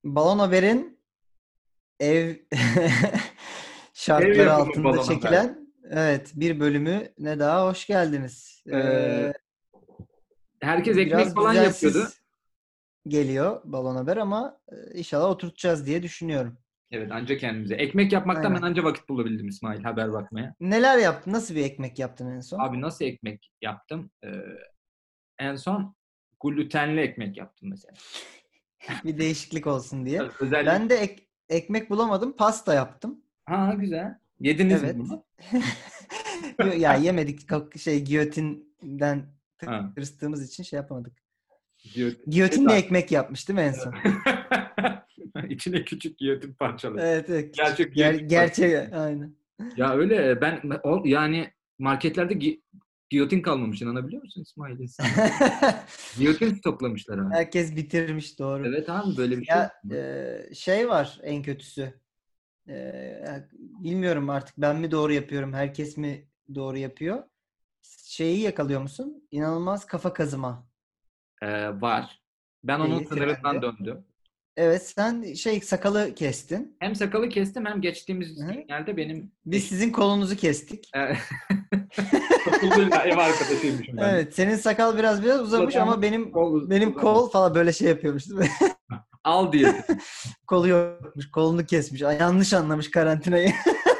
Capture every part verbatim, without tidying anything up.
Balon Haber'in ev Ev şartları yapımı altında balon haber. çekilen evet bir bölümüne daha hoş geldiniz. Ee, Ee, herkes ekmek biraz falan yapıyordu. düzensiz geliyor Balon Haber ama e, inşallah oturtacağız diye düşünüyorum. Evet, anca kendimize. Ekmek yapmaktan ben Aynen. anca vakit bulabildim İsmail, haber bakmaya. Neler yaptın? Nasıl bir ekmek yaptın en son? Abi nasıl ekmek yaptım? Ee, en son glutenli ekmek yaptım mesela. Bir değişiklik olsun diye. Ö- Ben de Özellikle. ek- ekmek bulamadım. Pasta yaptım. Ha, güzel. Yediniz mi Evet. bunu? Yo- Ya yemedik. Kalk- Şey giyotinden Ha, tırstığımız için şey yapamadık. diyor. Şey Giyotinli var. ekmek yapmıştım en son. İçine küçük giyotin parçalı. Evet, evet küçük. Gerçek Ger giyotin parçalı. gerçek aynen. Ya öyle ben o, yani marketlerde gi- giyotin kalmamış, inanabiliyor musun İsmail? İnsanlar giyotin stoklamışlar abi. Herkes bitirmiş doğru. Evet abi, böyle bir şey olur Ya mu? e, şey var en kötüsü. E, bilmiyorum artık ben mi doğru yapıyorum, herkes mi doğru yapıyor? Şeyi yakalıyor musun? İnanılmaz kafa kazıma Ee, var. Ben onun şeyi, sınırından trendi. döndüm. Evet sen şey sakalı kestin. Hem sakalı kestim, hem geçtiğimiz Hı-hı. günlerde benim Biz eşim sizin kolunuzu kestik. e, okulda ev arkadaşıymışım ben de. Evet, senin sakal biraz biraz uzamış ama Kullanmış, benim kol benim uzamamış. kol falan böyle şey yapıyormuş değil mi? Al diyeti. Kolu yokmuş, kolunu kesmiş. Ay, yanlış anlamış karantinayı.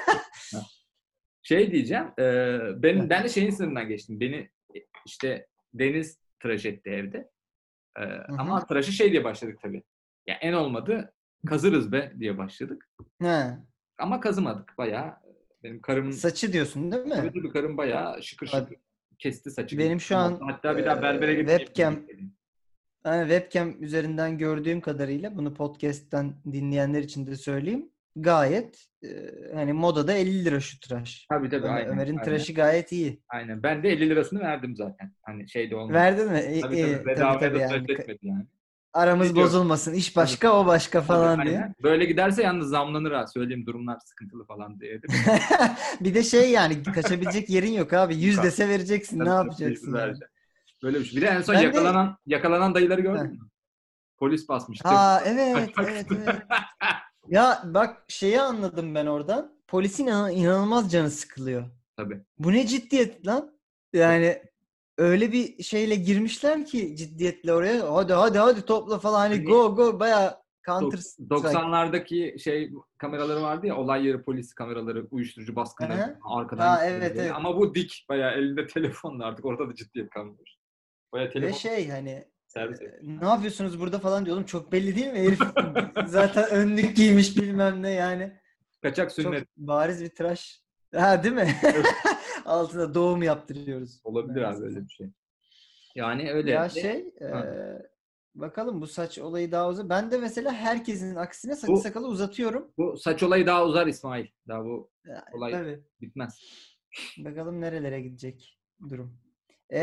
Şey diyeceğim. E, ben, Hı ben de şeyin sınırından geçtim. Beni e, işte Deniz tıraş etti evde. E, hı. ama tıraşı şey diye başladık tabii. Ya en olmadı kazırız be diye başladık. He. Ama kazımadık. Bayağı benim karımın Saçı diyorsun değil tabii mi? tabii karım bayağı şıkır Bak, şıkır kesti saçı gibi. benim şu an e, Hatta bir daha berbere gitmeyeyim webcam dedik. yani webcam üzerinden gördüğüm kadarıyla bunu podcast'ten dinleyenler için de söyleyeyim. Gayet e, hani modada elli lira şu tıraş. Tabii tabii, Ömer, aynen Ömer'in aynen. tıraşı gayet iyi. Aynen. Ben de elli lirasını verdim zaten. Hani şey de olmadı. Verdin mi? İyi, Tabii tabii, iyi. Tabii bedavaya tabii da tıraş yani. etmedi yani. Aramız Şey diyor. bozulmasın. İş Tabii başka, o başka tabii, falan diye. aynen. Böyle giderse yalnız zamlanır ha. Söyleyeyim, durumlar sıkıntılı falan diye dedim. Bir de şey yani kaçabilecek yerin yok abi. Yüz Yukarı. dese vereceksin. Ne Tabii tabii, yapacaksın mecbur yani? vereceğim. Böyle bir şey. Bir de en son Ben de yakalanan yakalanan dayıları gördün Heh. mü? Polis basmıştı. Ha evet evet Kaçacaksın. evet. Ya bak şeyi anladım ben oradan. Polisin inan- inanılmaz canı sıkılıyor. Tabii. Bu ne ciddiyet lan? Tabii. Yani öyle bir şeyle girmişler ki ciddiyetle oraya. Hadi hadi hadi topla falan hani Hani go go baya Counter dok- Strike. doksanlardaki şey kameraları vardı ya, olay yeri polis kameraları, uyuşturucu baskınları Aha. arkadan Ha gidiyor evet böyle. evet. Ama bu dik, bayağı elinde telefonla, artık orada da ciddiyet kalmamış. Bayağı Ve telefon şey hani e, servis etmişler. ne yapıyorsunuz burada falan diyordum. Çok belli değil mi? Herif zaten önlük giymiş bilmem ne yani. Kaçak Çok sünnet. bariz bir tıraş. Ha değil mi? Altına doğum yaptırıyoruz Olabilir abi, meğerse. öyle bir şey. Yani öyle. Ya Ve, şey e, ha, bakalım bu saç olayı daha uzun. Ben de mesela herkesin aksine saçı bu sakalı uzatıyorum. bu saç olayı daha uzar İsmail. Daha bu Ya, olay tabii. bitmez. Bakalım nerelere gidecek durum. E,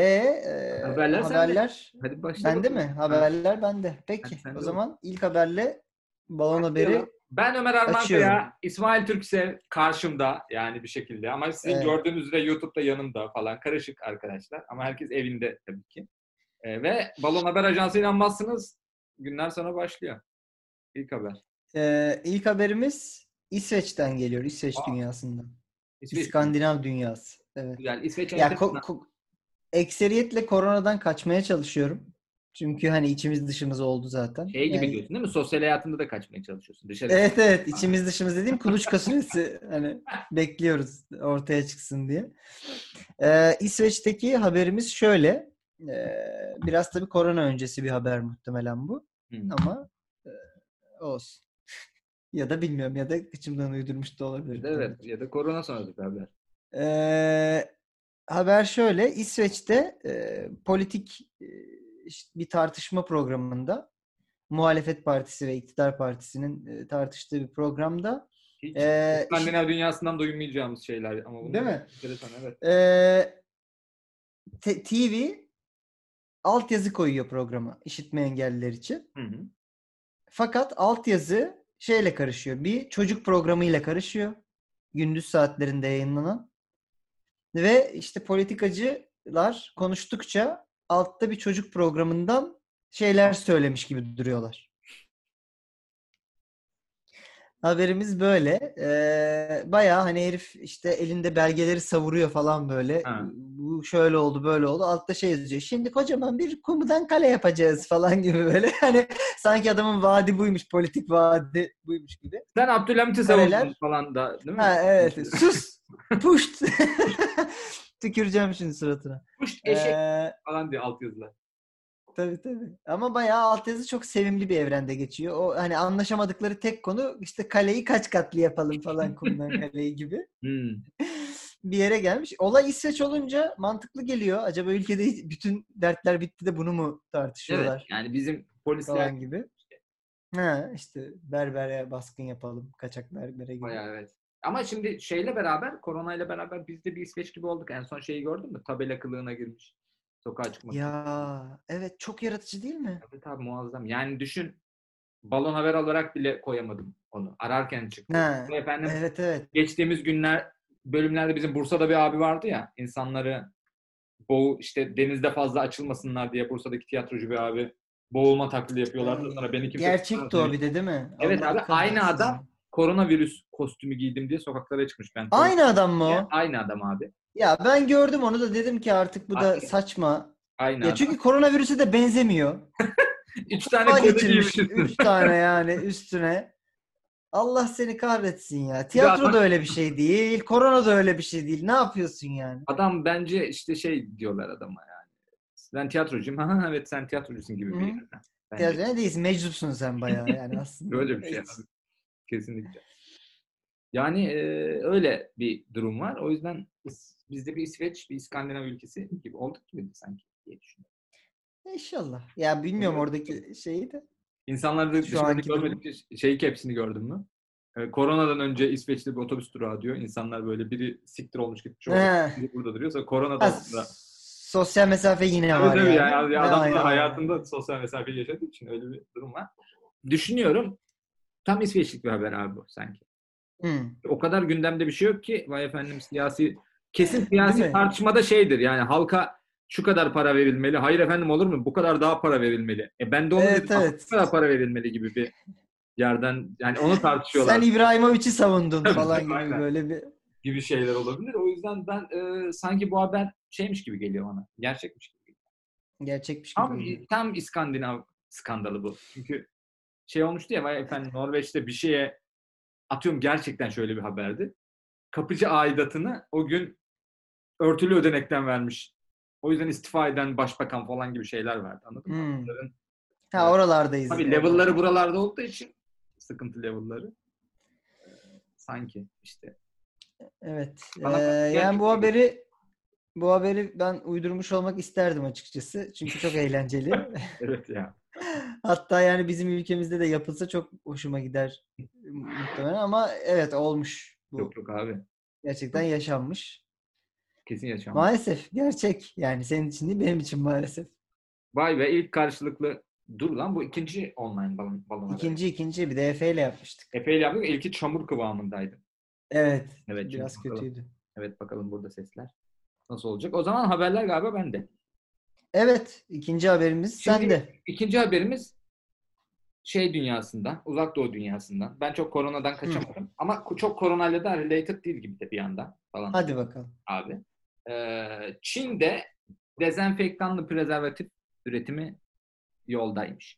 e Haberler sende. haberler Hadi başla bende mi? bakalım. Ha, Haberler bende. hadi Peki. O sende olsun. zaman ilk haberle balon Başlayalım. haberi Ben Ömer Arman açıyorum. Kaya, İsmail Türksev karşımda yani bir şekilde. Ama sizin Evet. gördüğünüz üzere YouTube'da yanımda falan, karışık arkadaşlar. Ama herkes evinde tabii ki. Ee, ve Balon Haber Ajansı, inanmazsınız, günler sonra başlıyor. İlk haber. E, ilk haberimiz İsveç'ten geliyor. İsveç Aa, dünyasından. İsveç mi? İskandinav dünyası. Evet. Güzel. İsveç Ya ko- enteresan. ko- ekseriyetle koronadan kaçmaya çalışıyorum. Çünkü hani içimiz dışımız oldu zaten. Şey gibi Yani diyorsun değil mi? Sosyal hayatında da kaçmaya çalışıyorsun. Dışarı çık. evet evet içimiz dışımız dediğim kuluçka süresi hani bekliyoruz ortaya çıksın diye. Ee, İsveç'teki haberimiz şöyle. Ee, biraz tabii korona öncesi bir haber muhtemelen bu. Hmm. Ama e, olsun. Ya da bilmiyorum ya da içimden uydurmuş da Ya olabilirim da tabii evet, ki. ya da korona sonrası bir haber. Ee, haber şöyle. İsveç'te e, politik e, işte bir tartışma programında muhalefet partisi ve iktidar partisinin e, tartıştığı bir programda Hiç e, işit İskandinav dünyasından duymayacağımız şeyler ama değil bunlar mi? enteresan, evet. E, te- T V altyazı koyuyor programa işitme engelliler için. Hı hı. Fakat altyazı şeyle karışıyor. Bir çocuk programıyla karışıyor. Gündüz saatlerinde yayınlanan. Ve işte politikacılar konuştukça altta bir çocuk programından şeyler söylemiş gibi duruyorlar. Haberimiz böyle. Ee, bayağı hani herif işte elinde belgeleri savuruyor falan böyle. Ha. Bu şöyle oldu, böyle oldu. Altta şey yazıyor. Şimdi kocaman bir kumdan kale yapacağız falan gibi böyle. Hani sanki adamın vaadi buymuş, politik vaadi buymuş gibi. Sen Abdülhamit'i savundun Kaleler. falan da değil mi? Ha evet. Sus. Puşt. Tüküreceğim şimdi suratına. Puşt eşek Ee, falan diye altyazılar. tabii tabii. Ama bayağı altyazı çok sevimli bir evrende geçiyor. O hani anlaşamadıkları tek konu işte kaleyi kaç katlı yapalım falan, kumdan kaleyi gibi. Hmm. Bir yere gelmiş. Olay İsveç olunca mantıklı geliyor. Acaba ülkede bütün dertler bitti de bunu mu Evet. tartışıyorlar Yani bizim polisler falan gibi. Ha işte berbere baskın yapalım. Kaçak berbere gibi. bayağı evet. Ama şimdi şeyle beraber, koronayla beraber biz de bir İsveç gibi olduk. En son şeyi gördün mü? Tabela kılığına girmiş. Sokağa çıkmak için. Ya evet, çok yaratıcı değil mi? Evet abi, muazzam. Yani düşün, balon haber olarak bile koyamadım onu. Ararken çıktı. Ha Ve efendim, evet evet. geçtiğimiz günler bölümlerde bizim Bursa'da bir abi vardı ya, insanları boğu işte denizde fazla açılmasınlar diye Bursa'daki tiyatrocu bir abi boğulma taklidi yapıyorlardı. Ay, Sonra beni kimse gerçekti kurtaramıyor. o bir de değil mi? Evet abi, Allah aynı kahretsin ya. adam koronavirüs kostümü giydim diye sokaklara çıkmış. Ben korona Aynı adam mı diye. o? Aynı adam abi. Ya ben gördüm onu da dedim ki artık bu da Aynı, saçma. aynı Ya adam. çünkü koronavirüse de benzemiyor. Üç tane Hava konu geçirmiş giymişsin. üç tane yani üstüne. Allah seni kahretsin ya. Bir de Tiyatro da adam, öyle bir şey değil. Korona da öyle bir şey değil. Ne yapıyorsun yani? adam bence işte şey diyorlar adama yani. Ben tiyatrocuyum. Ha evet, sen tiyatrocusun gibi bir Hı? yerden. Bence. Tiyatro ne değilsin. Meczusun sen bayağı yani aslında. Böyle bir şey Hiç. abi. Kesinlikle. Yani e, öyle bir durum var. O yüzden biz, biz de bir İsveç, bir İskandinav ülkesi gibi olduk gibi sanki diye düşünüyorum. İnşallah. Ya bilmiyorum oradaki şeyi de. İnsanlar da Şu dışarıda anki durumu. görmedikçe şeyi, hepsini gördün mü? E, koronadan önce İsveç'te bir otobüs durağı diyor. İnsanlar böyle biri siktir olmuş gitmiş orada. He. Biri burada duruyor. Sonra Ha, koronadan sonra. sosyal mesafe yine Tabii var tabii yani. yani Ve adam da aynı. hayatında sosyal mesafeyi yaşadığı için öyle bir durum var. Düşünüyorum. Tam İsveçlik bir haber abi bu sanki. Hı. O kadar gündemde bir şey yok ki, vay efendim siyasi, kesin Değil siyasi mi? tartışmada şeydir yani, halka şu kadar para verilmeli. Hayır efendim, olur mu? Bu kadar daha para verilmeli. E ben de onu dedim. Evet Ama bu evet. kadar para verilmeli gibi bir yerden, yani onu Sen tartışıyorlar. İbrahimovic'i savundun Tabii tabii, falan gibi aynen. böyle bir. Gibi şeyler olabilir. O yüzden ben e, sanki bu haber şeymiş gibi geliyor bana. Gerçekmiş gibi geliyor. Gerçekmiş gibi Tam, geliyor. tam İskandinav skandalı bu. Çünkü şey olmuştu ya, vay efendim Norveç'te bir şeye, atıyorum gerçekten şöyle bir haberdi. Kapıcı aidatını o gün örtülü ödenekten vermiş. O yüzden istifa eden başbakan falan gibi şeyler verdi. Anladın mı? Hmm. Bunların, Ha e, oralardayız tabii orada. level'ları buralarda olduğu için, sıkıntı level'ları sanki işte. Evet. Ee, Bana yani bu gerçek gibi. haberi bu haberi ben uydurmuş olmak isterdim açıkçası. Çünkü çok eğlenceli. Evet ya. Hatta yani bizim ülkemizde de yapılsa çok hoşuma gider muhtemelen ama evet olmuş. Yok Bu yok abi. gerçekten yaşanmış. Kesin yaşanmış. Maalesef gerçek. Yani senin için değil benim için maalesef. Vay be, ilk karşılıklı. Dur lan, bu ikinci online balon, balon haberi. İkinci ikinci bir de Efe ile yapmıştık. Epey yaptık. İlki çamur kıvamındaydı. Evet. Evet, çünkü Biraz bakalım. kötüydü. Evet, bakalım burada sesler nasıl olacak. O zaman haberler galiba bende. Evet. ikinci haberimiz Şimdi sende. ikinci haberimiz şey dünyasından, uzak doğu dünyasından. Ben çok koronadan Hı. kaçamadım. Ama çok koronayla da related değil gibi de bir yandan falan Hadi bakalım. abi. Ee, Çin'de dezenfektanlı prezervatif üretimi yoldaymış.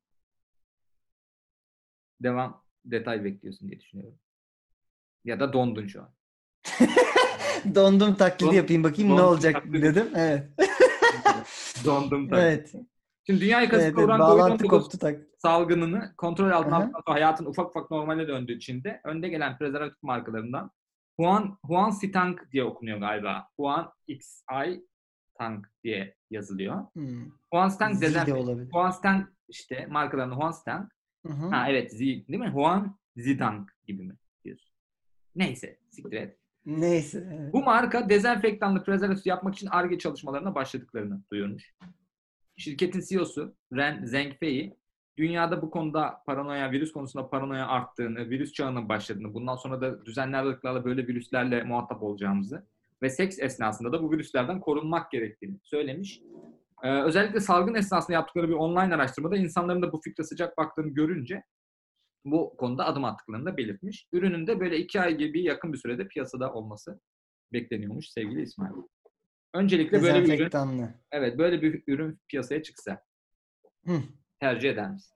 Devam, detay bekliyorsun diye düşünüyorum. Ya da dondun şu an. Dondum taklidi Don, yapayım bakayım ne dondum olacak taklidi. dedim. Evet. Dondum taklidi. Evet. Şimdi dünyayı kasıp Evet, evet. kavuran Bağlantı kovid on dokuz koptu tak. salgınını kontrol altına Aha. aldıktan sonra hayatın ufak ufak normale döndüğü Çin'de önde gelen prezervatif markalarından Huan, Huan Sitang diye okunuyor galiba. Huan X I Tang diye yazılıyor. Hmm. Huan Sitang Z de dezenfektan. olabilir. Huan Sitang işte markalarının Huan Sitang. Hı hı. Ha evet, Z değil mi? Huan Zitang gibi mi diyorsun? Neyse, siktir et. Neyse. Evet. Bu marka dezenfektanlı prezervatif yapmak için Ar-Ge çalışmalarına başladıklarını duyurmuş. Şirketin C E O'su Ren Zhengfei, dünyada bu konuda paranoya, virüs konusunda paranoya arttığını, virüs çağının başladığını, bundan sonra da düzenli aralıklarla böyle virüslerle muhatap olacağımızı ve seks esnasında da bu virüslerden korunmak gerektiğini söylemiş. Ee, özellikle salgın esnasında yaptıkları bir online araştırmada insanların da bu fikre sıcak baktığını görünce bu konuda adım attıklarını da belirtmiş. Ürünün de böyle iki ay gibi yakın bir sürede piyasada olması bekleniyormuş sevgili İsmail. Öncelikle böyle bir ürün, Dezenfektanlı. evet böyle bir ürün piyasaya çıksa Hı. tercih eder misin?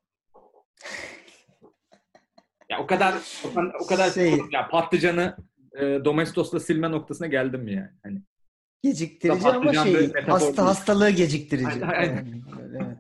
Ya o kadar o kadar, o kadar Şey, ya patlıcanı e, Domestos'la silme noktasına geldim mi yani? Hani da geciktirici ama patlıcan bir şey, metafor hasta değil. hastalığı geciktirici Aynen, aynen. falan. Böyle, evet.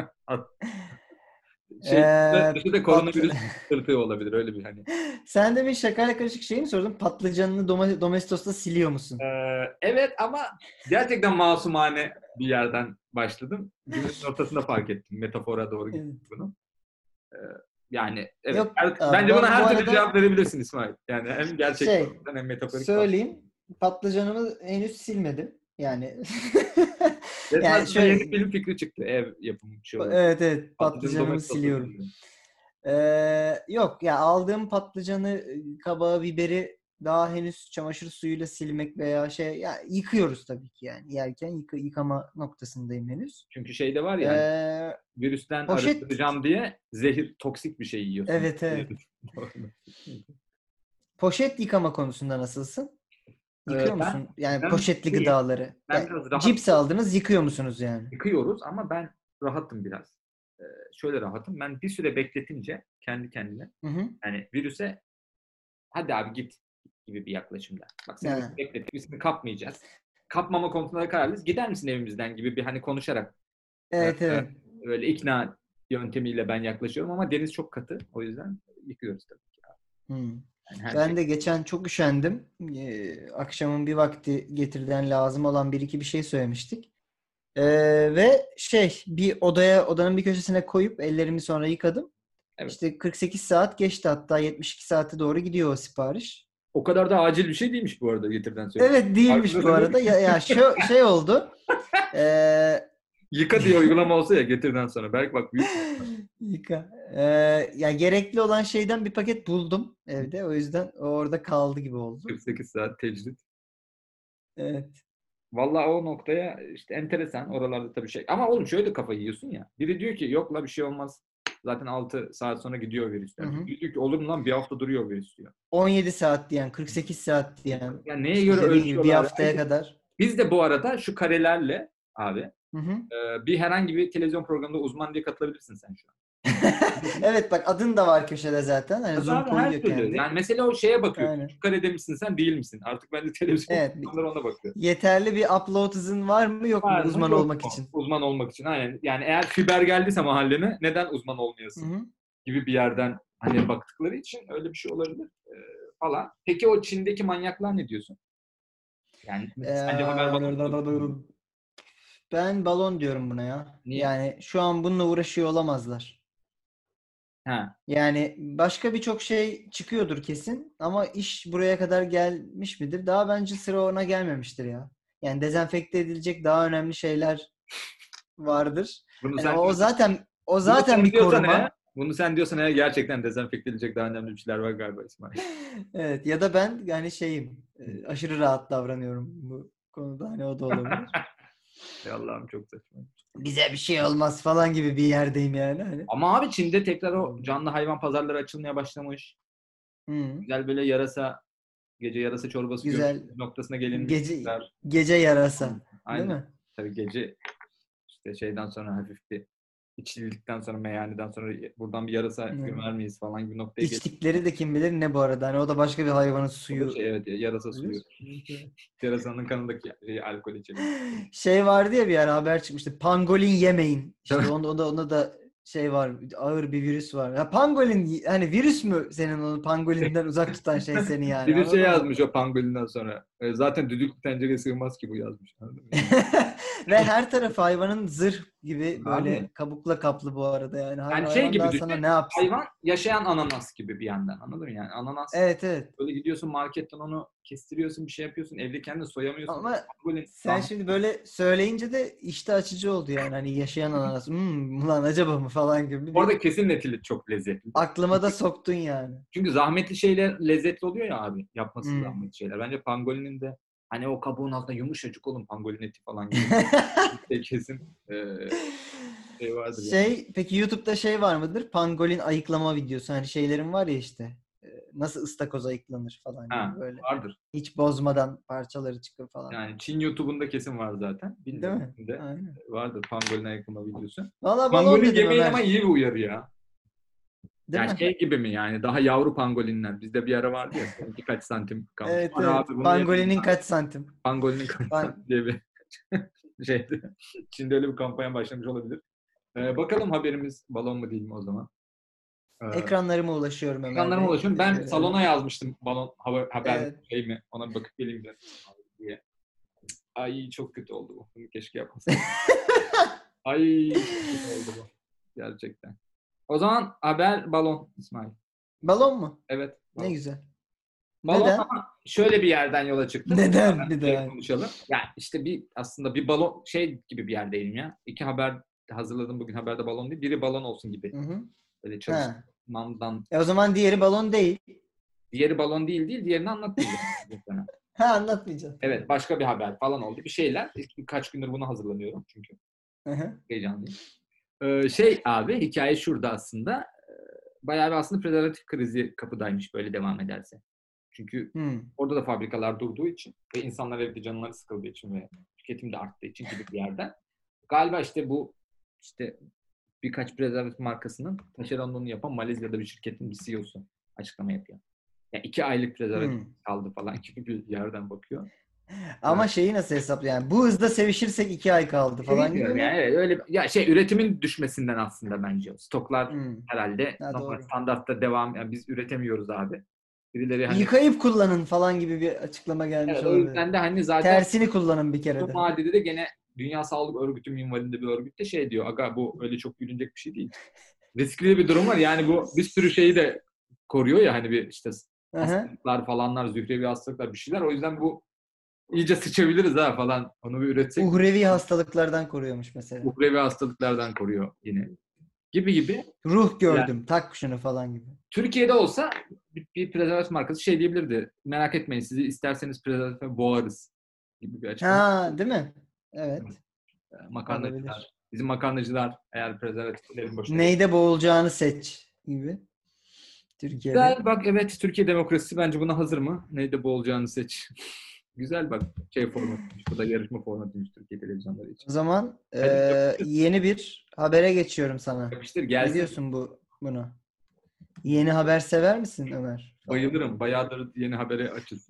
Şey, Ee, dışı da pat... koronavirüs tırtığı olabilir öyle bir hani. Sen de bir şakayla karışık şey mi sordun? Patlıcanını doma- Domestos'ta siliyor musun? Ee, evet ama gerçekten masumane bir yerden başladım. Cümlenin ortasında fark ettim. Metafora doğru Evet. gittim bunu. Ee, yani evet. Yok Her- abi, bence buna ben bu her türlü cevap arada verebilirsin İsmail. Yani hem gerçek şey hem metaforik falan. söyleyeyim, patlıcanımı henüz silmedim. Yani Resmen yani sana yeni şöyle, film fikri çıktı. Ev yapımı bir şey olabilir. evet evet, Patlıcanı patlıcanımı Domestos'ta siliyorum. siliyorum. Ee, yok ya, aldığım patlıcanı, kabağı, biberi daha henüz çamaşır suyuyla silmek veya şey, ya yıkıyoruz tabii ki, yani yerken yıka, yıkama noktasındayım henüz. Çünkü şey de var ya hani Ee, virüsten poşet, arındıracağım diye zehir, toksik bir şey yiyorsun. evet evet. Poşet yıkama konusunda nasılsın? Ee, Yıkıyor ben musun? Yani ben poşetli şeyim, gıdaları. ben Yani biraz rahat cips aldınız, yıkıyor musunuz yani? yıkıyoruz ama ben rahatım biraz. Ee, şöyle rahatım. Ben bir süre bekletince kendi kendine Hı hı. yani virüse hadi abi git gibi bir yaklaşımda. Bak seni Ha. beklettik, biz seni kapmayacağız. Kapmama konusunda da kararlıyız. Gider misin evimizden gibi bir hani konuşarak e, Evet e, evet. öyle ikna yöntemiyle ben yaklaşıyorum ama deniz çok katı. O yüzden yıkıyoruz tabii ki. Hmm. Yani her şey. Ben de geçen çok üşendim. Ee, akşamın bir vakti getirden lazım olan bir iki bir şey söylemiştik. Ee, ve şey, bir odaya, odanın bir köşesine koyup ellerimi sonra yıkadım. Evet. İşte kırk sekiz saat geçti, hatta yetmiş iki saate doğru gidiyor o sipariş. O kadar da acil bir şey değilmiş bu arada getirden sonra. Evet, değilmiş bu Farkındasın değil mi? arada. Ya, ya şu şey oldu. Ee, Yıka diye uygulama olsa ya getirden sonra. Belki bak büyük. Yıka. Ee, ya gerekli olan şeyden bir paket buldum evde. O yüzden o orada kaldı gibi oldu. kırk sekiz saat tecrit. Evet. Vallahi o noktaya işte enteresan. Oralarda tabii şey. Ama oğlum şöyle kafayı yiyorsun ya. Biri diyor ki yok la bir şey olmaz. Zaten altı saat sonra gidiyor virüs. Hı Yani hı. biri diyor ki olur mu lan bir hafta duruyor virüs diyor. on yedi saat diyen, kırk sekiz saat diyen, Ya neye işte göre dediğin gibi bir ölçüyorlar ya? haftaya kadar. Biz de bu arada şu karelerle abi Hı hı. e, bir herhangi bir televizyon programında uzman diye katılabilirsin sen şu an. Evet bak, adın da var köşede zaten. Hani Tabii Zoom abi her koyuyor türlü. kendi. Yani mesela o şeye bakıyorsun. Aynen. Şu karede misin sen değil misin? Artık bence televizyon Evet. programları ona bakıyor. Yeterli bir upload hızın var mı yok mu Var mı uzman yok olmak mu? için? Uzman olmak için. Aynen. Yani eğer fiber geldiyse mahallene neden uzman Hı olmayasın? hı. Gibi bir yerden hani baktıkları için öyle bir şey olabilir e, falan. Peki o Çin'deki manyaklar ne diyorsun? Yani sence haber balonu mu? Ee, ben balon diyorum buna ya. Niye? Yani şu an bununla uğraşıyor olamazlar. Ha. Yani başka birçok şey çıkıyordur kesin ama iş buraya kadar gelmiş midir? Daha bence sıra ona gelmemiştir ya. Yani dezenfekte edilecek daha önemli şeyler vardır. Bunu Hani sen o diyorsan, zaten o bunu zaten sen bir diyorsan eğer, koruma. bunu sen diyorsan eğer gerçekten dezenfekte edilecek daha önemli bir şeyler var galiba İsmail. Evet, ya da ben yani şeyim, e, aşırı rahat davranıyorum bu konuda, hani o da olabilir. Ya Allah'ım çok saçma. Bize bir şey olmaz falan gibi bir yerdeyim yani hani. Ama abi Çin'de tekrar o canlı hayvan pazarları açılmaya başlamış. Hı, Güzel böyle yarasa, gece yarasa çorbası güzel. gömülü noktasına gelinmiş Gece tekrar. gece yarasa, değil Aynen. mi? Tabii gece işte şeyden sonra hafif bir içildikten sonra meyhaneden sonra buradan bir yarasa Hı. gömer miyiz falan gibi noktaya geliyor. İçtikleri de kim bilir ne bu arada. Hani o da başka bir hayvanın O da suyu şey evet yarasa suyu. olabilir. Evet. Yarasanın kanındaki şey, alkol içelim. Şey vardı ya, bir ara haber çıkmıştı. Pangolin yemeyin. İşte onda, onda, onda da şey var. Ağır bir virüs var. Ya pangolin, hani virüs mü senin onu pangolinden uzak tutan şey seni, yani Biri şey anladın mı? yazmış o pangolinden sonra. E, zaten düdüklü tencereye sığmaz ki bu yazmış. Anladın mı? Ve her tarafı hayvanın zırh gibi Abi böyle kabukla kaplı bu arada yani. Hay- yani şey hayvan gibi daha sana düşün. ne yapsın? Hayvan yaşayan ananas gibi bir yandan. Anladın mı yani? Ananas Evet evet. böyle gidiyorsun marketten onu kestiriyorsun bir şey yapıyorsun. Evde kendin soyamıyorsun. Ama Pangolin sen şimdi böyle söyleyince de işte açıcı oldu yani. Hani yaşayan ananas. Hmm, ulan acaba mı falan gibi bu bir arada kesin netili çok lezzetlidir. aklıma da soktun yani. Çünkü zahmetli şeyler lezzetli oluyor ya abi. Yapması Hmm. zahmetli şeyler. Bence pangolinin de hani o kabuğun altında yumuşacık olun pangolin eti falan gibi. Bir şey kesin. Ee, şey vardır ya. Şey, peki YouTube'da şey var mıdır? Pangolin ayıklama videosu. Hani şeylerin var ya işte. e, Nasıl ıstakoz ayıklanır falan Ha, gibi böyle. vardır. Hiç bozmadan parçaları çıkır falan. Yani Çin YouTube'unda kesin var zaten. Değil Bilmiyorum. mi? Şimdi Aynen. vardır pangolin ayıklama videosu. Valla balon Pangolin dedim yemeyin ama Ömer. iyi bir uyarı ya. Değil Ya mi? şey gibi mi yani daha yavru pangolinler. Bizde bir ara vardı ya seninki kaç santim kalmış. Evet, Ara evet. abi bunu yemeyin Pangolinin ya. kaç santim? Pangolinin kaç Pan- santim diye bir şeydi. Çin'de öyle bir kampanya başlamış olabilir. Ee, bakalım haberimiz balon mu değil mi o zaman? Ee, Ekranlarıma ulaşıyorum Ömer ekranlarıma Bey. ulaşıyorum. Ben salona Ee, yazmıştım balon haber, haber evet. şey mi? Ona bir bakıp geleyim de diye. Ay çok kötü oldu bu. Bunu keşke yapmasaydım. Ay çok kötü oldu bu. Gerçekten. O zaman haber balon İsmail. Balon mu? Evet Ne balon. güzel. Balon Neden? ama şöyle bir yerden yola çıktım. Onu Neden hemen bir direkt daha? konuşalım. Yani işte bir aslında bir balon şey gibi bir yerdeyim ya. İki haber hazırladım bugün haberde balon değil. Biri balon olsun gibi. Hı hı. Böyle Ha. çalışmamdan. E o zaman diğeri balon değil. Diğeri balon değil değil. Diğerini anlatmayacağım. Sana. Ha, anlatmayacağım. Tamam. Evet başka bir haber falan oldu. Bir şeyler. İlk birkaç gündür buna hazırlanıyorum çünkü. Hı hı. Heyecanlıyım. Ee, şey abi hikaye şurada aslında. Ee, Bayağı bir aslında prezervatif krizi kapıdaymış böyle devam ederse. Çünkü Hmm. orada da fabrikalar durduğu için ve insanlar evde canları sıkıldığı için ve tüketim de arttığı için gibi bir yerden. Galiba işte bu işte birkaç prezervatif markasının taşeronluğunu yapan Malezya'da bir şirketin bir C E O'su açıklama yapıyor. Yani iki aylık prezervatif Hmm. kaldı falan gibi bir yerden bakıyor. Ama Evet. şeyi nasıl hesaplı yani? Bu hızda sevişirsek iki ay kaldı falan gibi Bilmiyorum mi? yani evet, öyle ya şey üretimin düşmesinden aslında bence o. Stoklar Hmm. herhalde Ha, normal doğru. standartta devam yani biz üretemiyoruz abi. Birileri hani Yıkayıp kullanın falan gibi bir açıklama gelmiş evet o olabilir. yüzden de hani zaten Tersini kullanın bir kere uzun de. vadede de gene Dünya Sağlık Örgütü minvalinde bir örgüt de şey diyor. Aga bu öyle çok gülünecek bir şey değil. Riskli bir durum var. Yani bu bir sürü şeyi de koruyor ya hani bir işte Hı hı. hastalıklar falanlar, zührevi hastalıklar bir şeyler. O yüzden bu iyice sıçabiliriz ha falan. Onu bir üretsek Uhrevi hastalıklardan koruyormuş mesela. zührevi hastalıklardan koruyor yine. Gibi gibi. Ruh Yani gördüm, tak şunu falan gibi. Türkiye'de olsa bir, bir prezervatif markası şey diyebilirdi. Merak etmeyin sizi isterseniz prezervatife boğarız gibi bir açıklama. Ha, değil mi? Evet, Makarnacılar. olabilir. Bizim makarnacılar eğer prezervatiflerin başına gelir. Neyde boğulacağını seç gibi. Türkiye'de. Güzel bak evet Türkiye demokrasisi bence buna hazır mı? Neyde bu olacağını seç. Güzel bak şey formatıymış. Bu da yarışma formatıymış Türkiye televizyonları için. O zaman Hadi eee, yapıştır, yeni bir habere geçiyorum sana. yapıştır Ne gelsin. diyorsun bu buna? Yeni haber sever misin Ömer? Falan. Bayılırım. Bayağıdır yeni habere açız.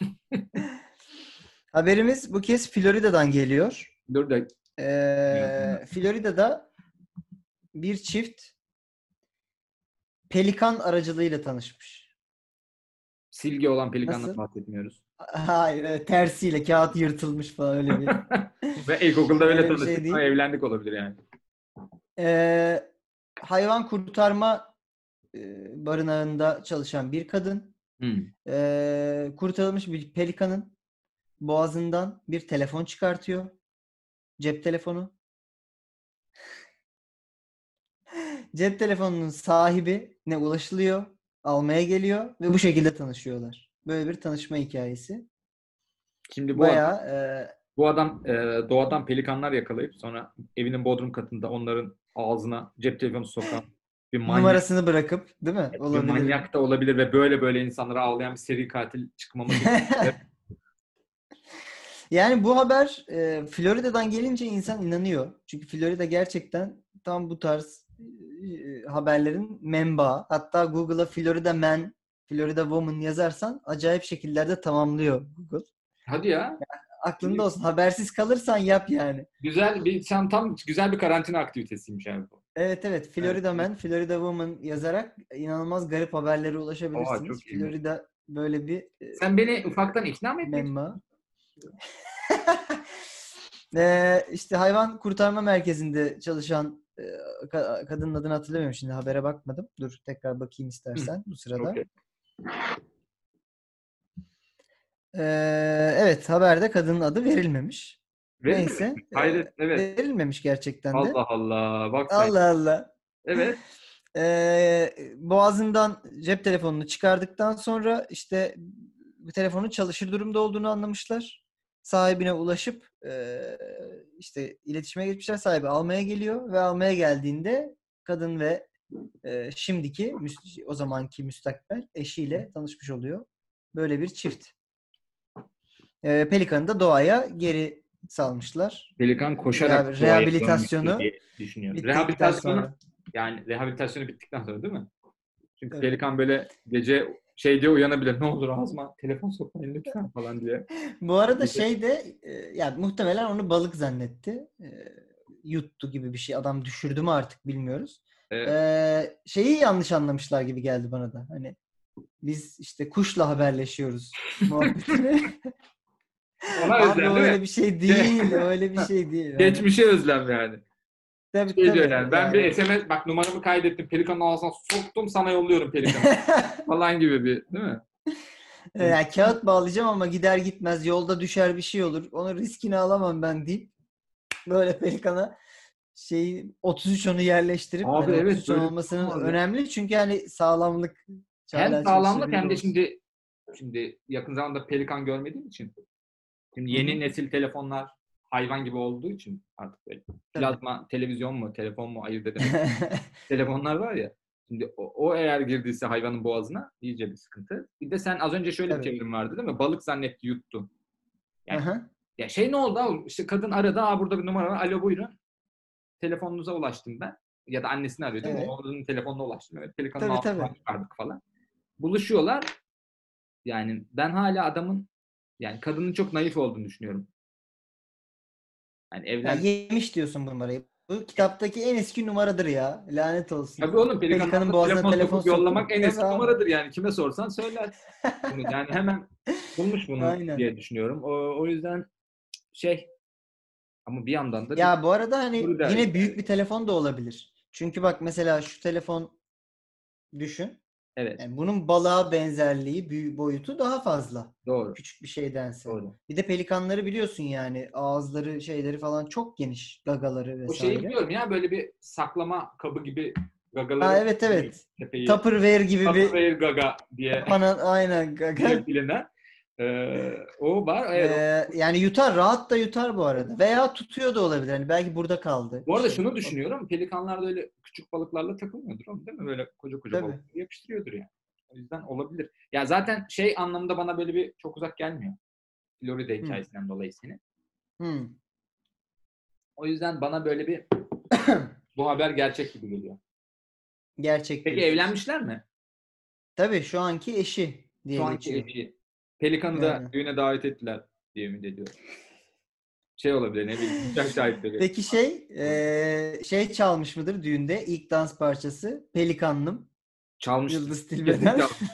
Haberimiz bu kez Florida'dan geliyor. Dur da Eee, Florida'da bir çift pelikan aracılığıyla tanışmış. silgi olan pelikandan Nasıl? bahsetmiyoruz. Hayır, evet, tersiyle kağıt yırtılmış falan öyle bir Ve ilkokulda öyle öyle bir şey tanıştık. Sonra değil. evlendik olabilir yani. Eee, hayvan kurtarma eee, barınağında çalışan bir kadın Hmm. eee, kurtarılmış bir pelikanın boğazından bir telefon çıkartıyor. Cep telefonu. Cep telefonunun sahibine ulaşılıyor. Almaya geliyor ve bu şekilde tanışıyorlar. Böyle bir tanışma hikayesi. Şimdi bu adam, Bayağı eee, bu adam e, doğadan pelikanlar yakalayıp sonra evinin bodrum katında onların ağzına cep telefonu sokan bir manyak. numarasını bırakıp, değil mi? Bir Olabilir. manyak da olabilir ve böyle böyle insanlara ağlayan bir seri katil çıkmaması gerekiyor. Yani bu haber e, Florida'dan gelince insan inanıyor. Çünkü Florida gerçekten tam bu tarz e, haberlerin menbaı. Hatta Google'a Florida Man, Florida Woman yazarsan acayip şekillerde tamamlıyor Google. Hadi ya. Aklında olsun. Habersiz kalırsan yap yani. Güzel bir sen tam güzel bir karantina aktivitesiymiş abi bu. Evet, evet. Evet. Florida Man, Florida Woman yazarak inanılmaz garip haberlere Aa, ulaşabilirsiniz. çok iyiymiş. Florida böyle bir e, Sen beni ufaktan ikna mı etmek menba. istiyorsun? Ee, işte hayvan kurtarma merkezinde çalışan e, ka- kadının adını hatırlamıyorum şimdi habere bakmadım. Dur tekrar bakayım Hı, istersen bu sırada. okey. Ee, evet haberde kadının adı verilmemiş. Verilmemiş mi? Neyse e, Hayret, evet. verilmemiş gerçekten de. Allah Allah. Bak sen. Allah Allah. Evet. Ee, boğazından cep telefonunu çıkardıktan sonra işte bu telefonun çalışır durumda olduğunu anlamışlar. sahibine ulaşıp e, işte iletişime geçmişler, sahibi almaya geliyor ve almaya geldiğinde kadın ve e, şimdiki müs- o zamanki müstakbel eşiyle tanışmış oluyor. Böyle bir çift. E, Pelikan'ı da doğaya geri salmışlar. Pelikan Reha- koşarak doğaya dönmüştür rehabilitasyonu diye düşünüyorum. bittikten Rehabilitasyonu sonra. yani rehabilitasyonu bittikten sonra değil mi? Çünkü Evet. Pelikan böyle gece şey diye uyanabilir. Ne olur ağzıma telefon sokmayın lütfen falan diye. Bu arada şey de e, yani muhtemelen onu balık zannetti. E, yuttu gibi bir şey. Adam düşürdü mü artık bilmiyoruz. Ee, E, şeyi yanlış anlamışlar gibi geldi bana da. Hani biz işte kuşla haberleşiyoruz muhabbetini. ona Abi özlem o değil mi? öyle bir şey Şey, değil. Öyle bir şey değil. Yani, geçmişe özlem yani. tabii Şey diyor tabii. yani ben bir Yani S M S bak numaramı kaydettim. Pelikan'ın ağzına soktum sana yolluyorum Pelikan'ı. Falan gibi bir değil mi? E, yani kağıt bağlayacağım ama gider gitmez yolda düşer bir şey olur. Onun riskini alamam ben deyip böyle Pelikan'a şeyi otuz üç onu yerleştirip Abi hani evet otuz üç on böyle bir şey olmasının olmaz ya. önemli çünkü hani sağlamlık Hem hala sağlamlık çalışabilir hem de olsun. şimdi şimdi yakın zamanda Pelikan görmediğim için şimdi Hı yeni hı. nesil telefonlar hayvan gibi olduğu için artık böyle Tabii. plazma televizyon mu telefon mu ayırt edemedim. Telefonlar var ya şimdi o, o eğer girdiyse hayvanın boğazına iyice bir sıkıntı. Bir de sen az önce şöyle bir Tabii. teorim vardı değil mi? Balık zannetti yuttu. Hı Yani hı. ya şey ne oldu oğlum? İşte kadın aradı. Aa burada bir numara var. Alo buyurun. Telefonunuza ulaştım ben. Ya da annesini arıyor değil mi? Evet. Oğlunun telefonuna ulaştım. Evet Pelikan'ın Tabii ağzından tabii. çıkardık falan. Buluşuyorlar. Yani ben hala adamın yani kadının çok naif olduğunu düşünüyorum. Yani Ha, evlen yemiş diyorsun bu numarayı. Bu kitaptaki en eski numaradır ya. Lanet olsun. tabii oğlum Pelikan'ın Pelikanın ağzına boğazına telefon telefon sokup yollamak soktum. en Tabii eski abi. numaradır yani. Kime sorsan söyler. Bunu yani hemen bulmuş bunu Aynen. diye düşünüyorum. O, o yüzden şey ama bir yandan da bir Ya bu arada hani soru da yine işareti. büyük bir telefon da olabilir. Çünkü bak mesela şu telefon düşün. Evet. Yani bunun balığa benzerliği, büyü boyutu daha fazla. Doğru. Küçük bir şeydense. Doğru. Bir de pelikanları biliyorsun yani ağızları, şeyleri falan çok geniş, gagaları O şeyi vesaire. biliyorum ya böyle bir saklama kabı gibi gagaları Ha var. evet Böyle evet. tepeyi Tupperware gibi bir Tupperware gaga diye kapanan aynen diye gaga. bilinen. Ee, o var. Evet. O- Ee, yani yutar, rahat da yutar bu arada. Veya tutuyor da olabilir. Hani belki burada kaldı Bu arada şey. şunu düşünüyorum. Pelikanlar da öyle küçük balıklarla takılmıyordur oğlum değil mi? Böyle koca koca Tabii. balıkları yapıştırıyordur yani. O yüzden olabilir. Ya zaten şey anlamında bana böyle bir çok uzak gelmiyor. Florida Hı. hikayesinden dolayı seni. Hı. O yüzden bana böyle bir bu haber gerçek gibi geliyor. Gerçek Peki diyorsun. evlenmişler mi? Tabii şu anki eşi Şu diye anki geçiyor. eşi. Pelikan'ı da Aynen. düğüne davet ettiler diye ümit ediyorum. Şey olabilir ne bileyim. Nikah şahitleri. Peki şey eee, şey çalmış mıdır düğünde ilk dans parçası Pelikanlım Çalmıştır. Yıldız Kesin Tilbe'den. çalmıştır.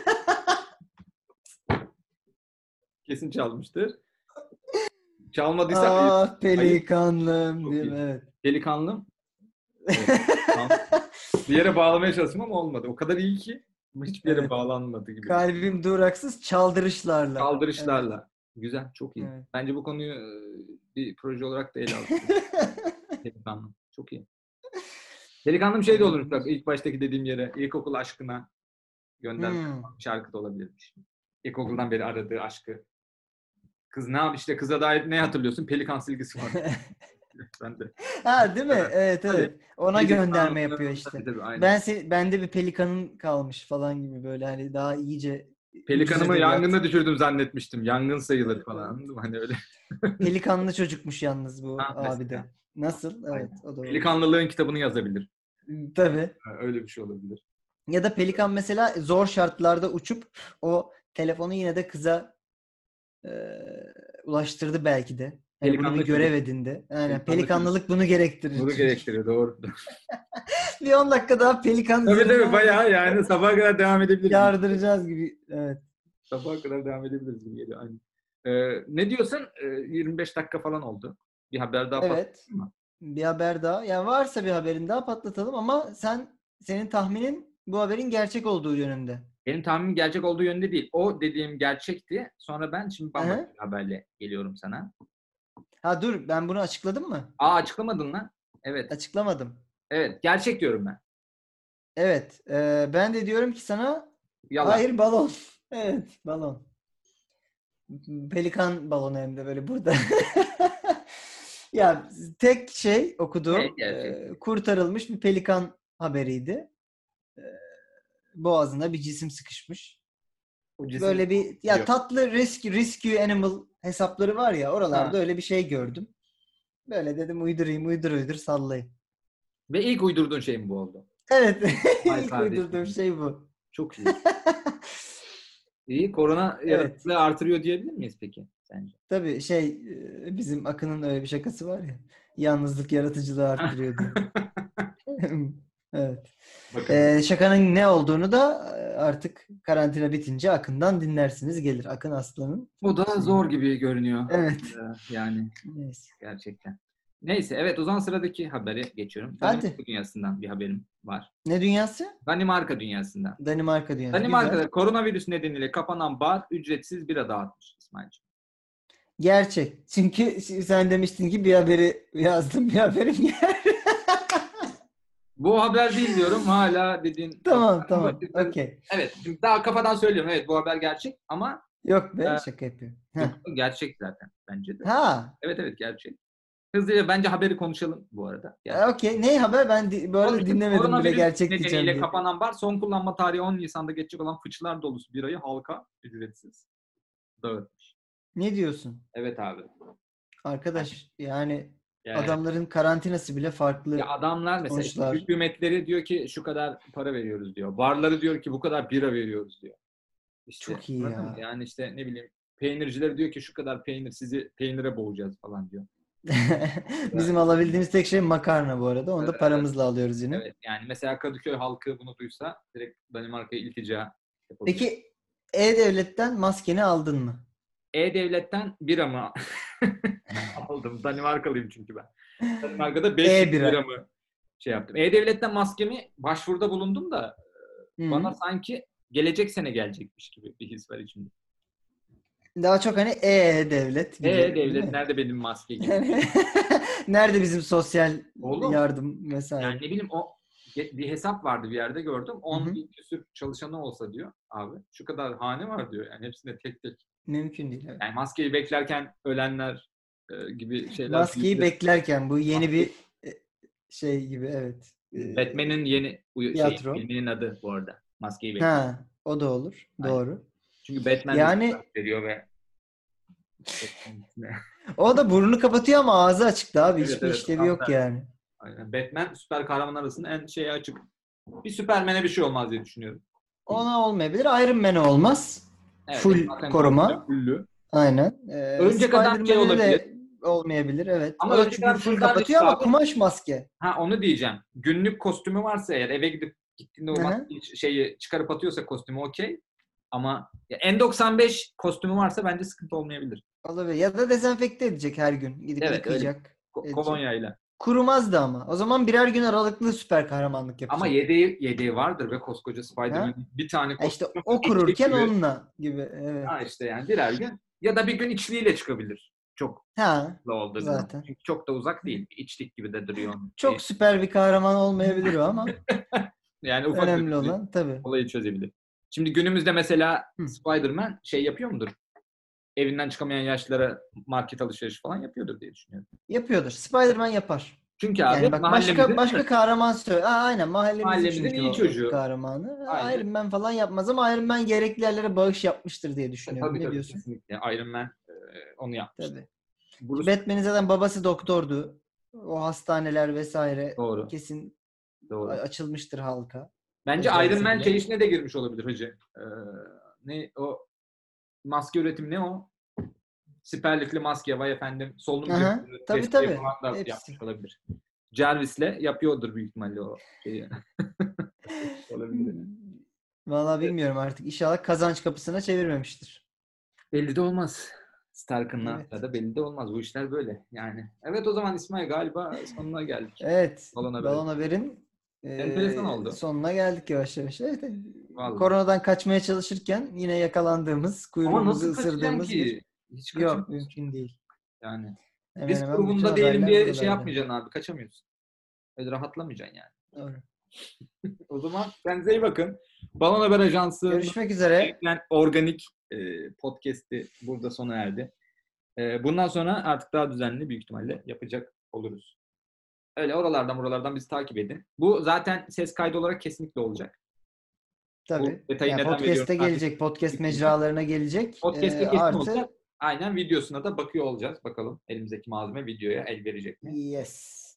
Kesin çalmıştır. Çalmadıysa ayıp. Ah Ayıp. Pelikanlım Çok değil mi? iyi. Evet. Delikanlım. Evet. Tamam. Bir yere bağlamaya çalıştım ama olmadı. O kadar iyi ki ama hiçbir yere Evet. bağlanmadı gibi. Kalbim duraksız çaldırışlarla. Evet. Kaldırışlarla. Güzel, çok iyi. Evet. Bence bu konuyu e, bir proje olarak da ele aldık. Delikanlım. Çok iyi. Delikanlım şey de olurmuş bak Olabilir. ilk baştaki dediğim yere ilkokul aşkına gönderme Hmm. yapan bir şarkı da olabilirmiş. İlkokuldan beri aradığı aşkı. Kız ne yap işte kıza dair ne hatırlıyorsun? Pelikan silgisi var. Ben de. Ha değil mi? Evet Tabii. evet. Ona gönderme yapıyor Delikanlı. işte. Tabii tabii aynen. Ben se bende bir pelikanın kalmış falan gibi böyle hani daha iyice ucuz Pelikanımı edebiyat. yangında düşürdüm zannetmiştim. Yangın sayılır falan. Evet. Anladın mı? Hani öyle. Pelikanlı çocukmuş yalnız bu Ha abi mesela. de. Nasıl? Evet, Aynen. o da olabilir. Pelikanlılığın kitabını yazabilir. Tabii. Ha, öyle bir şey olabilir. Ya da pelikan mesela zor şartlarda uçup o telefonu yine de kıza e, ulaştırdı belki de. Hani bunu bir Pelikanlı çocuk. görev edindi. Aynen. Pelikanlı çocuk. Pelikanlılık bunu gerektirir Bunu çünkü. gerektiriyor doğru. Bir on dakika daha pelikan Tabii üzerinden tabii hani bayağı yani sabaha kadar devam edebiliriz gibi. yardıracağız gibi. Evet. Sabaha kadar devam edebiliriz gibi geliyor. Aynen. Ee, ne diyorsun? Ee, yirmi beş dakika falan oldu. Bir haber daha Evet. patlattın mı? Bir haber daha. Yani varsa bir haberin daha patlatalım ama sen senin tahminin bu haberin gerçek olduğu yönünde. Benim tahminim gerçek olduğu yönde değil. O dediğim gerçekti. Sonra ben şimdi Hı bambaşka hı. bir haberle geliyorum sana. Ha dur ben bunu açıkladım mı? Aa açıklamadın lan. Evet. Açıklamadım. Evet. Gerçek diyorum ben. Evet. e, ben de diyorum ki sana Yalan. hayır balon. Evet balon. Pelikan balonu hem de böyle burada. Ya tek şey okuduğum Evet, gerçekten. e, kurtarılmış bir pelikan haberiydi. E, boğazına bir cisim sıkışmış. O cisim Böyle bir ya diyor. tatlı rescue, rescue animal hesapları var ya Ha. oralarda öyle bir şey gördüm. Böyle dedim uydurayım uydur uydur sallayayım. Ve ilk uydurduğun şey mi bu oldu? Evet. Vay ilk uydurduğum kardeşim. şey bu. Çok iyi. İyi. Korona Evet. yaratıcılığı artırıyor diyebilir miyiz peki sence? Tabii şey e, bizim Akın'ın öyle bir şakası var ya. Yalnızlık yaratıcılığı arttırıyor diye. Evet. Bakın. Ee, şakanın ne olduğunu da e, artık karantina bitince Akın'dan dinlersiniz gelir. Akın Aslan'ın O da şeyini. zor gibi görünüyor. Evet. Ee, Yani Neyse. gerçekten. Neyse, evet, o zaman sıradaki habere geçiyorum. Hadi. Danimarka dünyasından bir haberim var. Ne dünyası? Danimarka dünyasından. Danimarka dünyası. Güzel. Danimarka'da koronavirüs nedeniyle kapanan bar ücretsiz bira dağıtmış İsmail'ciğim. Gerçek. Çünkü sen demiştin ki bir haberi yazdım, bir haberim yer. Bu haber değil diyorum. Hala dediğin Tamam, haber. tamam. Okey. Evet, şimdi daha kafadan söylüyorum. Evet, bu haber gerçek ama Yok e, be, şaka yapıyorum. Heh. yok, gerçek zaten bence de. Ha. Evet, evet, gerçek. Hızlıca bence haberi konuşalım bu arada. E, Gerçek. Okey. Ne haber? Ben di- bu arada Konuştuk. dinlemedim bile Koronavirüs gerçek diyeceğim nedeniyle diye. kapanan bar son kullanma tarihi on Nisan'da geçecek olan fıçılar dolusu birayı halka ücretsiz dağıtmış. Ne diyorsun? Evet abi. Arkadaş yani Yani, adamların karantinası bile ya farklı adamlar mesela işte sonuçlar. hükümetleri diyor ki şu kadar para veriyoruz diyor. Barları diyor ki bu kadar bira veriyoruz diyor. İşte Çok iyi anladın mı? ya. Yani işte ne bileyim peynirciler diyor ki şu kadar peynir sizi peynire boğacağız falan diyor. Bizim alabildiğimiz tek şey makarna bu arada. Onu da Ee, paramızla alıyoruz yine. evet, yani mesela Kadıköy halkı bunu duysa direkt Danimarka'ya iltica yapabilir. Peki E-Devlet'ten maskeni aldın mı? E-Devlet'ten bira mı aldım? Danimarkalıyım çünkü ben. Danimarka'da beş yüz E-bira. lira mı şey yaptım. E-Devlet'ten maskemi başvuruda bulundum da bana Hı. sanki gelecek sene gelecekmiş gibi bir his var içimde. Daha çok hani E-Devlet gibi değil E-Devlet mi? nerede benim maske gibi. Yani nerede bizim sosyal Oğlum yardım yani vesaire? ne bileyim o bir hesap vardı bir yerde gördüm. Hı on hı. bin küsür çalışanı olsa diyor abi. Şu kadar hane var diyor. Yani hepsinde tek tek. Mümkün değil. Evet. Yani maskeyi beklerken ölenler e, gibi şeyler Maskeyi duyuluyor. beklerken bu yeni Maske, bir e, şey gibi evet. E, Batman'in yeni uyu- şey tiyatro. filminin adı bu arada. Maskeyi bekler. Ha, o da olur. Aynen. Doğru. Çünkü Batman de Yani sipariş veriyor ve o da burnunu kapatıyor ama ağzı açıktı abi. evet, Hiçbir evet. işlevi Tam yok tersi. yani. Aynen. Batman süper kahraman arasında en şeye açık. Bir Süpermen'e bir şey olmaz diye düşünüyorum. Ona olmayabilir. Iron Man'e olmaz. Evet, evet. Full Zaten komple koruma. fullü. Aynen. Ee, Örümcek Adam şey Spider-Man'e olabilir. de olmayabilir. Evet. Ama O da Örümcek çünkü Adam full şuradan kapatıyor riskli ama abi. kumaş maske. Ha, onu diyeceğim. Günlük kostümü varsa eğer eve gidip gittiğinde o Hı hı. maskeyi şeyi çıkarıp atıyorsa kostümü okey. Ama ya N doksan beş kostümü varsa bence sıkıntı olmayabilir. Olabilir. Ya da dezenfekte edecek her gün. Gidip Evet, öyle. yıkayacak. Ko- Edecek. kolonyayla. Kurumazdı ama. O zaman birer gün aralıklı süper kahramanlık Ama yapacak. yedeği, yedeği vardır ve koskoca Ha? Spider-Man'in bir tane E işte kostümü var. o İçlik kururken gibi. onunla gibi. Evet. Ha işte yani birer gün. Ya da bir gün içliğiyle çıkabilir. Çok Ha, da olduğu bir zaman. zaten. Çünkü çok da uzak değil. İçlik gibi de duruyor onun şeyi. Çok süper bir kahraman olmayabilir o ama Yani ufak önemli bir olan tabii. olayı çözebilir. Şimdi günümüzde mesela Hı. Spider-Man şey yapıyor mudur? Evinden çıkamayan yaşlılara market alışverişi falan yapıyordur diye düşünüyorum. Yapıyordur. Spider-Man yapar. Çünkü abi Yani bak başka mahallemizin başka kahraman söyle. Aa, aynen mahallemizin mahallemizin çünkü iyi o çocuğu. kahramanı. Aynen. Iron Man falan yapmaz ama Iron Man gerekli yerlere bağış yapmıştır diye E, düşünüyorum. tabii Ne tabii diyorsun? kesinlikle. Iron Man e, onu yapmıştı. Tabii. Ki Bruce Batman'in zaten babası doktordu. O hastaneler vesaire doğru. kesin a- Doğru. açılmıştır halka. Bence Iron Özelse Man şey bile. işine de girmiş olabilir hacı. Ee, ne o maske üretimi ne o? Siperlikli maske vay efendim solunum Aha, cihazı tabii desteği tabii. falan da Hepsi. yapmış olabilir. Jarvis'le yapıyordur büyük ihtimalle o şeyi. Olabilir. Vallahi bilmiyorum artık. İnşallah kazanç kapısına çevirmemiştir. Belli de olmaz. Stark'ınla Evet. ya da belli de olmaz. Bu işler böyle yani. Evet, o zaman İsmail galiba sonuna geldik. Evet. Balon haberi. Balon Haber'in Enteresan eee, oldu. sonuna geldik yavaş yavaş. Evet. evet. Vallahi. Koronadan kaçmaya çalışırken yine yakalandığımız, Ama kuyruğumuzu nasıl kaçacaksın ısırdığımız bir ki? Hiç yok kaçamıyorsun. mümkün değil. Yani. Hemen Risk hemen bütün grubunda değilim haberler diye şey buralarda. yapmayacaksın abi. Kaçamıyorsun. Öyle rahatlamayacaksın yani. Doğru. O zaman kendinize iyi bakın. Balon Haber Ajansı'nın Görüşmek üzere. yöneten organik e, podcast'i burada sona erdi. E, bundan sonra artık daha düzenli büyük ihtimalle yapacak oluruz. Öyle oralardan buralardan bizi takip edin. Bu zaten ses kaydı olarak kesinlikle olacak. Tabii. Bu detayı Yani neden veriyorum? podcast'e gelecek. Podcast mecralarına gelecek. Podcast'te Ee, kesin artı olacak. Aynen videosuna da bakıyor olacağız. Bakalım elimizdeki malzeme videoya el verecek mi? yes.